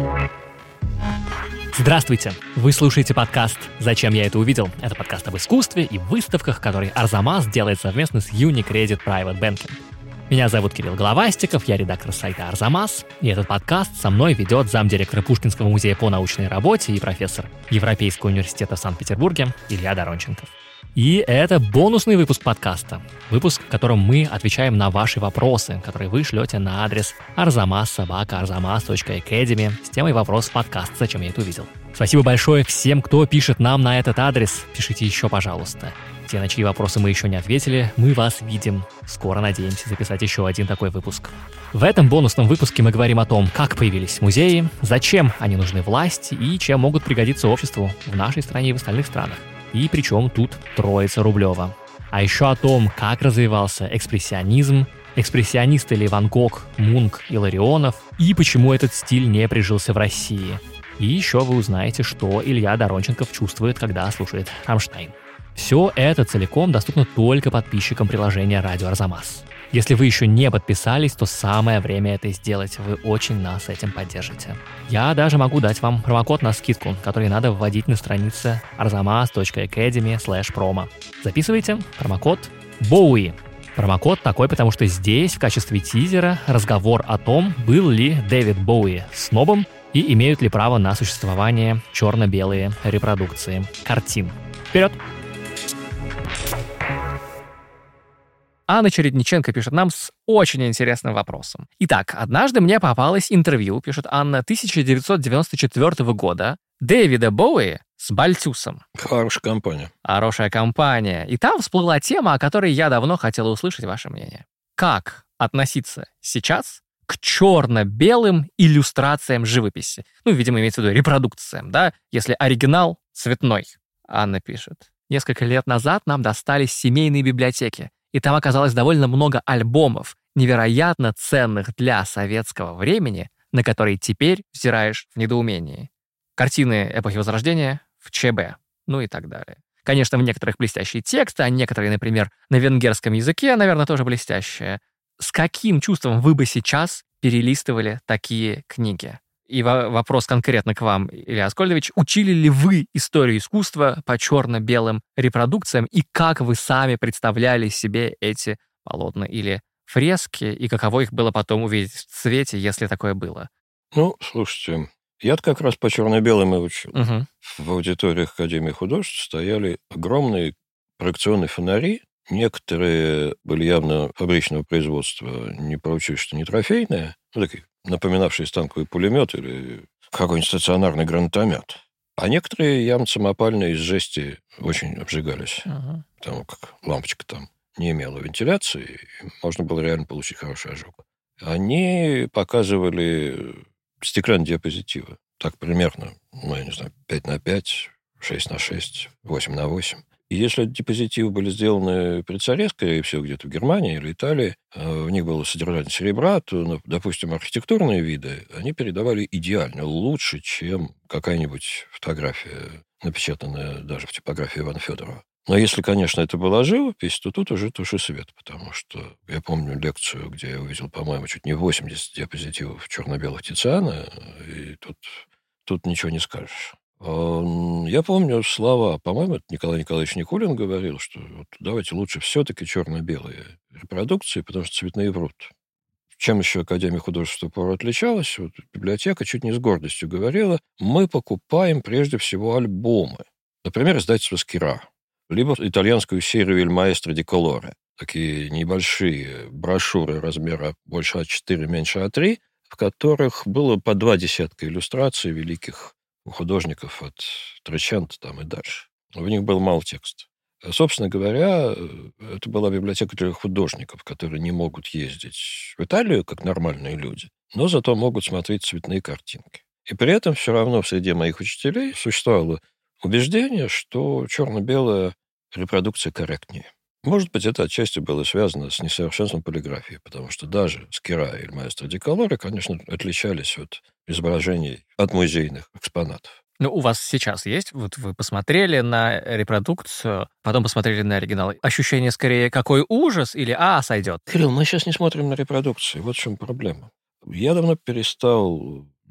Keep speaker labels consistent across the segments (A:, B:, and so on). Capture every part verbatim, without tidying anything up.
A: Здравствуйте! Вы слушаете подкаст «Зачем я это увидел?». Это подкаст об искусстве и выставках, который Арзамас делает совместно с Unicredit Private Banking. Меня зовут Кирилл Головастиков, я редактор сайта Арзамас, и этот подкаст со мной ведет замдиректора Пушкинского музея по научной работе и профессор Европейского университета в Санкт-Петербурге Илья Доронченков. И это бонусный выпуск подкаста. Выпуск, в котором мы отвечаем на ваши вопросы, которые вы шлете на адрес арзамас собака арзамас точка академи с темой «Вопрос в подкаст. Зачем я это увидел?». Спасибо большое всем, кто пишет нам на этот адрес. Пишите еще, пожалуйста. Те, на чьи вопросы мы еще не ответили, мы вас видим. Скоро надеемся записать еще один такой выпуск. В этом бонусном выпуске мы говорим о том, как появились музеи, зачем они нужны власти и чем могут пригодиться обществу в нашей стране и в остальных странах. И причем тут Троица Рублева. А еще о том, как развивался экспрессионизм, экспрессионисты ли Ван Гог, Мунк и Ларионов, и почему этот стиль не прижился в России. И еще вы узнаете, что Илья Доронченков чувствует, когда слушает Рамштайн. Все это целиком доступно только подписчикам приложения «Радио Арзамас». Если вы еще не подписались, то самое время это сделать. Вы очень нас этим поддержите. Я даже могу дать вам промокод на скидку, который надо вводить на странице арзамас точка академи слэш промо. Записывайте промокод Боуи. Промокод такой, потому что здесь в качестве тизера разговор о том, был ли Дэвид Боуи снобом и имеют ли право на существование черно-белые репродукции картин. Вперед! Анна Чередниченко пишет нам с очень интересным вопросом. Итак, однажды мне попалось интервью, пишет Анна, тысяча девятьсот девяносто четвёртого года Дэвида Боуи с Бальтюсом.
B: Хорошая компания.
A: Хорошая компания. И там всплыла тема, о которой я давно хотела услышать ваше мнение. Как относиться сейчас к черно-белым иллюстрациям живописи? Ну, видимо, имеется в виду репродукциям, да? Если оригинал цветной. Анна пишет. Несколько лет назад нам достались семейные библиотеки. И там оказалось довольно много альбомов, невероятно ценных для советского времени, на которые теперь взираешь в недоумении. Картины эпохи Возрождения в ЧБ, ну и так далее. Конечно, в некоторых блестящие тексты, а некоторые, например, на венгерском языке, наверное, тоже блестящие. С каким чувством вы бы сейчас перелистывали такие книги? И вопрос конкретно к вам, Илья Аскольдович. Учили ли вы историю искусства по черно-белым репродукциям, и как вы сами представляли себе эти полотна или фрески, и каково их было потом увидеть в цвете, если такое было?
B: Ну, слушайте, я-то как раз по черно-белым и учил.
A: Угу.
B: В аудиториях Академии художеств стояли огромные проекционные фонари. Некоторые были явно фабричного производства, не поручусь, что не трофейные, ну, такие, напоминавшие станковый пулемет или какой-нибудь стационарный гранатомет. А некоторые явно самопальные из жести очень обжигались, uh-huh. потому как лампочка там не имела вентиляции, и можно было реально получить хороший ожог. Они показывали стеклянные диапозитивы. Так примерно, ну, я не знаю, пять на пять, шесть на шесть, восемь на восемь. И если диапозитивы были сделаны при царе, скорее всего, где-то в Германии или Италии, в них было содержание серебра, то, допустим, архитектурные виды, они передавали идеально, лучше, чем какая-нибудь фотография, напечатанная даже в типографии Ивана Федорова. Но если, конечно, это была живопись, то тут уже туши свет, потому что я помню лекцию, где я увидел, по-моему, чуть не восемьдесят диапозитивов черно-белых Тициана, и тут, тут ничего не скажешь. Я помню слова, по-моему, это Николай Николаевич Никулин говорил, что вот давайте лучше все-таки черно-белые репродукции, потому что цветные врут. Чем еще Академия художественного порой отличалась? Вот библиотека чуть не с гордостью говорила, мы покупаем прежде всего альбомы. Например, издательство «Скира», либо итальянскую серию «Il Maestro di Colore». Такие небольшие брошюры размера больше а четыре, меньше а три, в которых было по два десятка иллюстраций великих художников от Тречанта там и дальше. В них был мало текста. Собственно говоря, это была библиотека для художников, которые не могут ездить в Италию, как нормальные люди, но зато могут смотреть цветные картинки. И при этом все равно в среде моих учителей существовало убеждение, что черно-белая репродукция корректнее. Может быть, это отчасти было связано с несовершенством полиграфии, потому что даже Скира и Маэстро ди Колоре, конечно, отличались от изображений от музейных экспонатов.
A: Ну, у вас сейчас есть, вот вы посмотрели на репродукцию, потом посмотрели на оригинал. Ощущение скорее, какой ужас, или «а, сойдет»?
B: Кирилл, мы сейчас не смотрим на репродукции, вот в чем проблема. Я давно перестал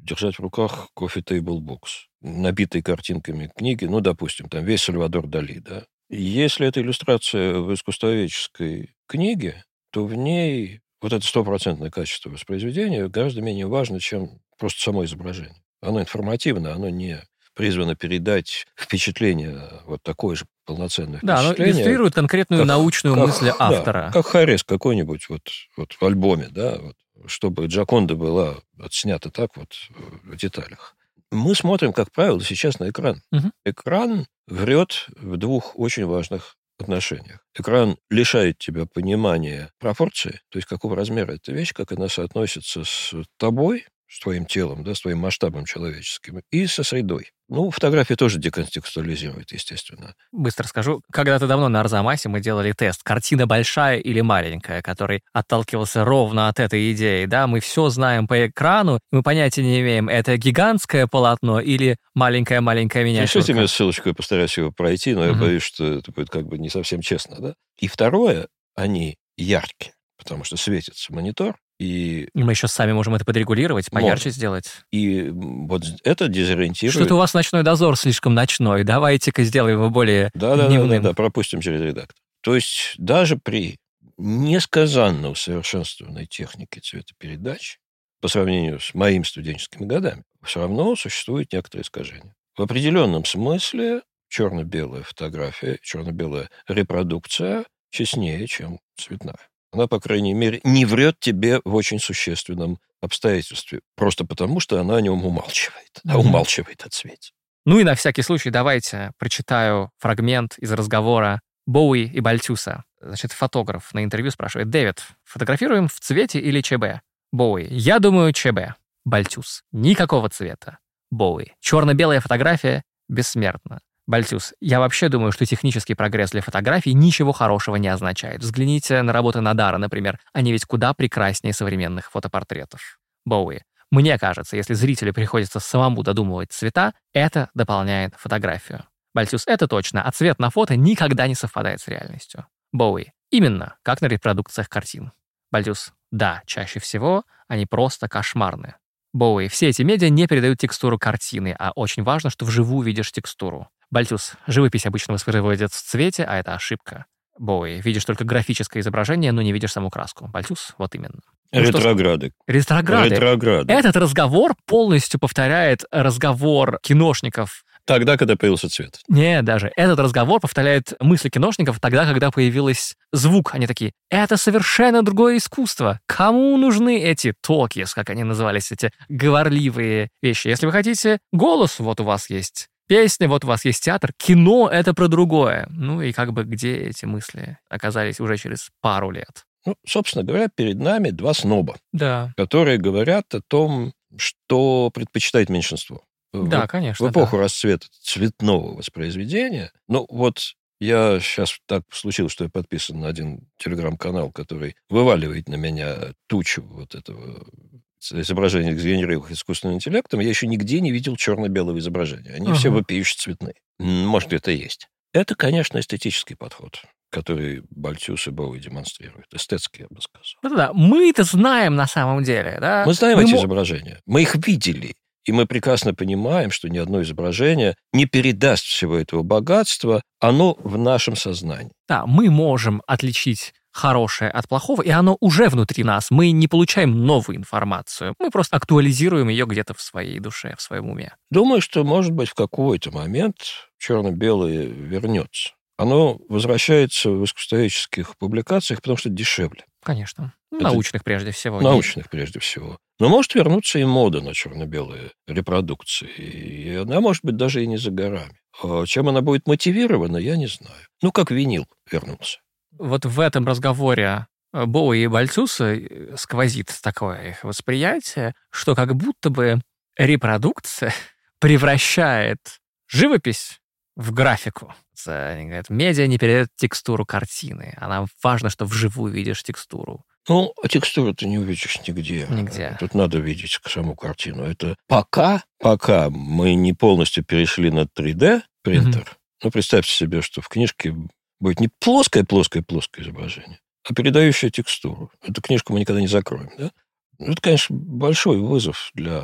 B: держать в руках Coffee Table Box, набитый картинками книги, ну, допустим, там весь Сальвадор Дали, да. Если это иллюстрация в искусствоведческой книге, то в ней вот это стопроцентное качество воспроизведения гораздо менее важно, чем просто само изображение. Оно информативно, оно не призвано передать впечатление, вот такое же полноценное
A: Да, оно
B: впечатление.
A: иллюстрирует конкретную
B: как,
A: научную
B: как,
A: мысль автора.
B: Да, как Харрис какой-нибудь вот, вот в альбоме, да, вот, чтобы Джоконда была отснята так вот в деталях. Мы смотрим, как правило, сейчас на экран.
A: Угу.
B: Экран врет в двух очень важных отношениях. Экран лишает тебя понимания пропорции, то есть какого размера эта вещь, как она соотносится с тобой, с твоим телом, да, с твоим масштабом человеческим, и со средой. Ну, фотография тоже деконтекстуализирует, естественно.
A: Bыстро скажу. Когда-то давно на Арзамасе мы делали тест. Картина большая или маленькая, который отталкивался ровно от этой идеи. Да, мы все знаем по экрану, мы понятия не имеем, это гигантское полотно или маленькая-маленькая миниатюрка.
B: Пришлите мне ссылочку, я постараюсь его пройти, но угу. я боюсь, что это будет как бы не совсем честно, да? И второе, они яркие, потому что светится монитор, И,
A: и мы еще сами можем это подрегулировать, поярче
B: можем.
A: сделать.
B: И вот это дезориентирует...
A: Что-то у вас ночной дозор слишком ночной. Давайте-ка сделаем его более
B: да, да,
A: дневным.
B: Да, да, да, пропустим через редактор. То есть даже при несказанно усовершенствованной технике цветопередач, по сравнению с моими студенческими годами, все равно существует некоторые искажения. В определенном смысле черно-белая фотография, черно-белая репродукция честнее, чем цветная. Она, по крайней мере, не врет тебе в очень существенном обстоятельстве, просто потому, что она о нем умалчивает, а умалчивает о цвете.
A: Ну и на всякий случай давайте прочитаю фрагмент из разговора Боуи и Бальтюса. Значит, фотограф на интервью спрашивает: «Дэвид, фотографируем в цвете или ЧБ?» Боуи: «Я думаю, ЧБ». Бальтюс: «Никакого цвета». Боуи: «Черно-белая фотография бессмертна». Бальтюс: «Я вообще думаю, что технический прогресс для фотографий ничего хорошего не означает. Взгляните на работы Надара, например. Они ведь куда прекраснее современных фотопортретов». Боуи: «Мне кажется, если зрителю приходится самому додумывать цвета, это дополняет фотографию». Бальтюс: «Это точно, а цвет на фото никогда не совпадает с реальностью». Боуи: «Именно, как на репродукциях картин». Бальтюс: «Да, чаще всего они просто кошмарны». Боуи: «Все эти медиа не передают текстуру картины, а очень важно, что вживую видишь текстуру». Бальтюс: «Живопись обычно воспроизводят в цвете, а это ошибка». Боуи: «Видишь только графическое изображение, но не видишь саму краску». Бальтюс: «Вот именно». Ну,
B: Ретрограды.
A: Ретрограды.
B: Ретрограды.
A: Этот разговор полностью повторяет разговор киношников.
B: Тогда, когда появился цвет.
A: Не, даже. Этот разговор повторяет мысли киношников тогда, когда появился звук. Они такие: это совершенно другое искусство. Кому нужны эти talkies, как они назывались, эти говорливые вещи? Если вы хотите голос, вот у вас есть. Песня, вот у вас есть театр. Кино — это про другое. Ну и как бы где эти мысли оказались уже через пару лет?
B: Ну, собственно говоря, перед нами два сноба,
A: да.
B: которые говорят о том, что предпочитает меньшинство.
A: Да,
B: в,
A: конечно.
B: В эпоху
A: да.
B: расцвета цветного воспроизведения. Ну, вот я сейчас так случилось, что я подписан на один телеграм-канал, который вываливает на меня тучу вот этого изображения, сгенерированных искусственным интеллектом. Я еще нигде не видел черно-белого изображения. Они uh-huh. все вопиющие цветные. Может, это есть. Это, конечно, эстетический подход, который Бальтюс и Боуи демонстрируют. Эстетский, я бы сказал.
A: Да-да, мы-то знаем на самом деле, да?
B: Мы знаем
A: мы
B: эти
A: мо...
B: изображения. Мы их видели. И мы прекрасно понимаем, что ни одно изображение не передаст всего этого богатства, оно в нашем сознании.
A: Да, мы можем отличить хорошее от плохого, и оно уже внутри нас. Мы не получаем новую информацию. Мы просто актуализируем ее где-то в своей душе, в своем уме.
B: Думаю, что, может быть, в какой-то момент черно-белое вернется. Оно возвращается в искусствоведческих публикациях, потому что дешевле.
A: Конечно.
B: Это
A: научных прежде всего.
B: Научных прежде всего. Но может вернуться и мода на черно-белые репродукции. И она, может быть, даже и не за горами. А чем она будет мотивирована, я не знаю. Ну, как винил вернулся.
A: Вот в этом разговоре Боуи и Бальтюса сквозит такое их восприятие, что как будто бы репродукция превращает живопись в графику. Они говорят, медиа не передает текстуру картины. А нам важно, что вживую видишь текстуру.
B: Ну, а текстуру ты не увидишь нигде.
A: Нигде.
B: Тут надо видеть саму картину. Это пока, пока мы не полностью перешли на три дэ принтер. Mm-hmm. Ну, представьте себе, что в книжке будет не плоское-плоское-плоское изображение, а передающее текстуру. Эту книжку мы никогда не закроем, да? Это, конечно, большой вызов для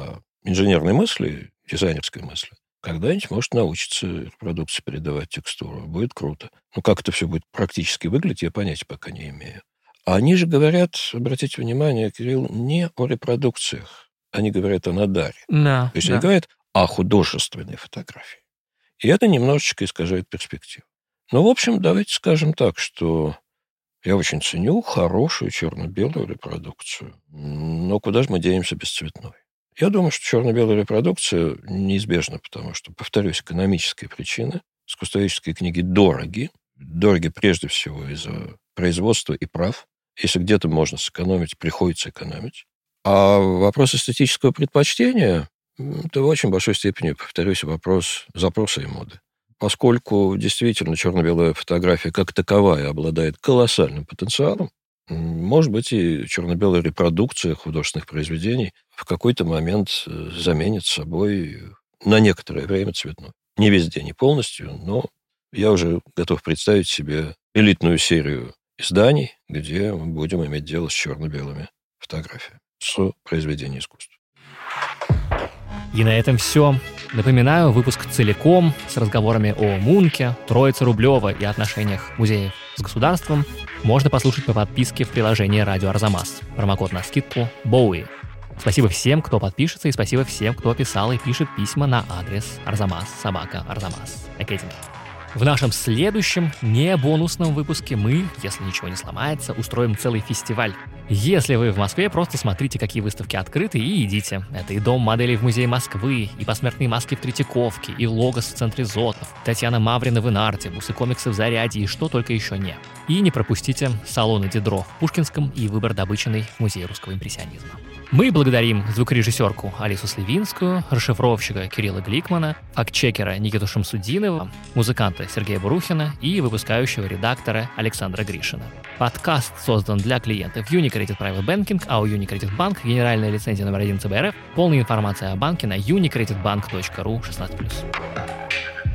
B: инженерной мысли, дизайнерской мысли, когда-нибудь может научиться репродукции передавать текстуру. Будет круто. Ну, как это все будет практически выглядеть, я понятия пока не имею. А они же говорят, обратите внимание, Кирилл, не о репродукциях. Они говорят о надаре.
A: Да,
B: То есть
A: да.
B: они говорят о художественной фотографии. И это немножечко искажает перспективу. Ну, в общем, давайте скажем так, что я очень ценю хорошую черно-белую репродукцию. Но куда же мы денемся без цветной? Я думаю, что черно-белая репродукция неизбежна, потому что, повторюсь, экономические причины. Искусствоведческие книги дороги. Дороги прежде всего из-за производства и прав. Если где-то можно сэкономить, приходится экономить. А вопрос эстетического предпочтения – это в очень большой степени, повторюсь, вопрос запроса и моды. Поскольку действительно черно-белая фотография как таковая обладает колоссальным потенциалом, может быть, и черно-белая репродукция художественных произведений в какой-то момент заменит собой на некоторое время цветной. Не везде, не полностью, но я уже готов представить себе элитную серию изданий, где мы будем иметь дело с черно-белыми фотографиями, с произведений искусства.
A: И на этом все. Напоминаю, выпуск целиком с разговорами о Мунке, Троице Рублева и отношениях музеев с государством можно послушать по подписке в приложении «Радио Арзамас». Промокод на скидку «Боуи». Спасибо всем, кто подпишется, и спасибо всем, кто писал и пишет письма на адрес арзамас собака арзамас академи. В нашем следующем, не бонусном выпуске мы, если ничего не сломается, устроим целый фестиваль. Если вы в Москве, просто смотрите, какие выставки открыты, и идите. Это и Дом моделей в Музее Москвы, и посмертные маски в Третьяковке, и Логос в центре Зотов, Татьяна Маврина в Инартибус, и комиксы в Заряде, и что только еще не. И не пропустите салоны Дидро в Пушкинском и выбор добыченный в Музее русского импрессионизма. Мы благодарим звукорежиссерку Алису Сливинскую, расшифровщика Кирилла Гликмана, фактчекера Никиту Шамсудинова, музыканта Сергея Бурухина и выпускающего редактора Александра Гришина. Подкаст создан для клиентов Unicredit Private Banking, а у Unicredit Bank генеральная лицензия номер один ЦБ РФ. Полная информация о банке на unicreditbank точка ру шестнадцать плюс.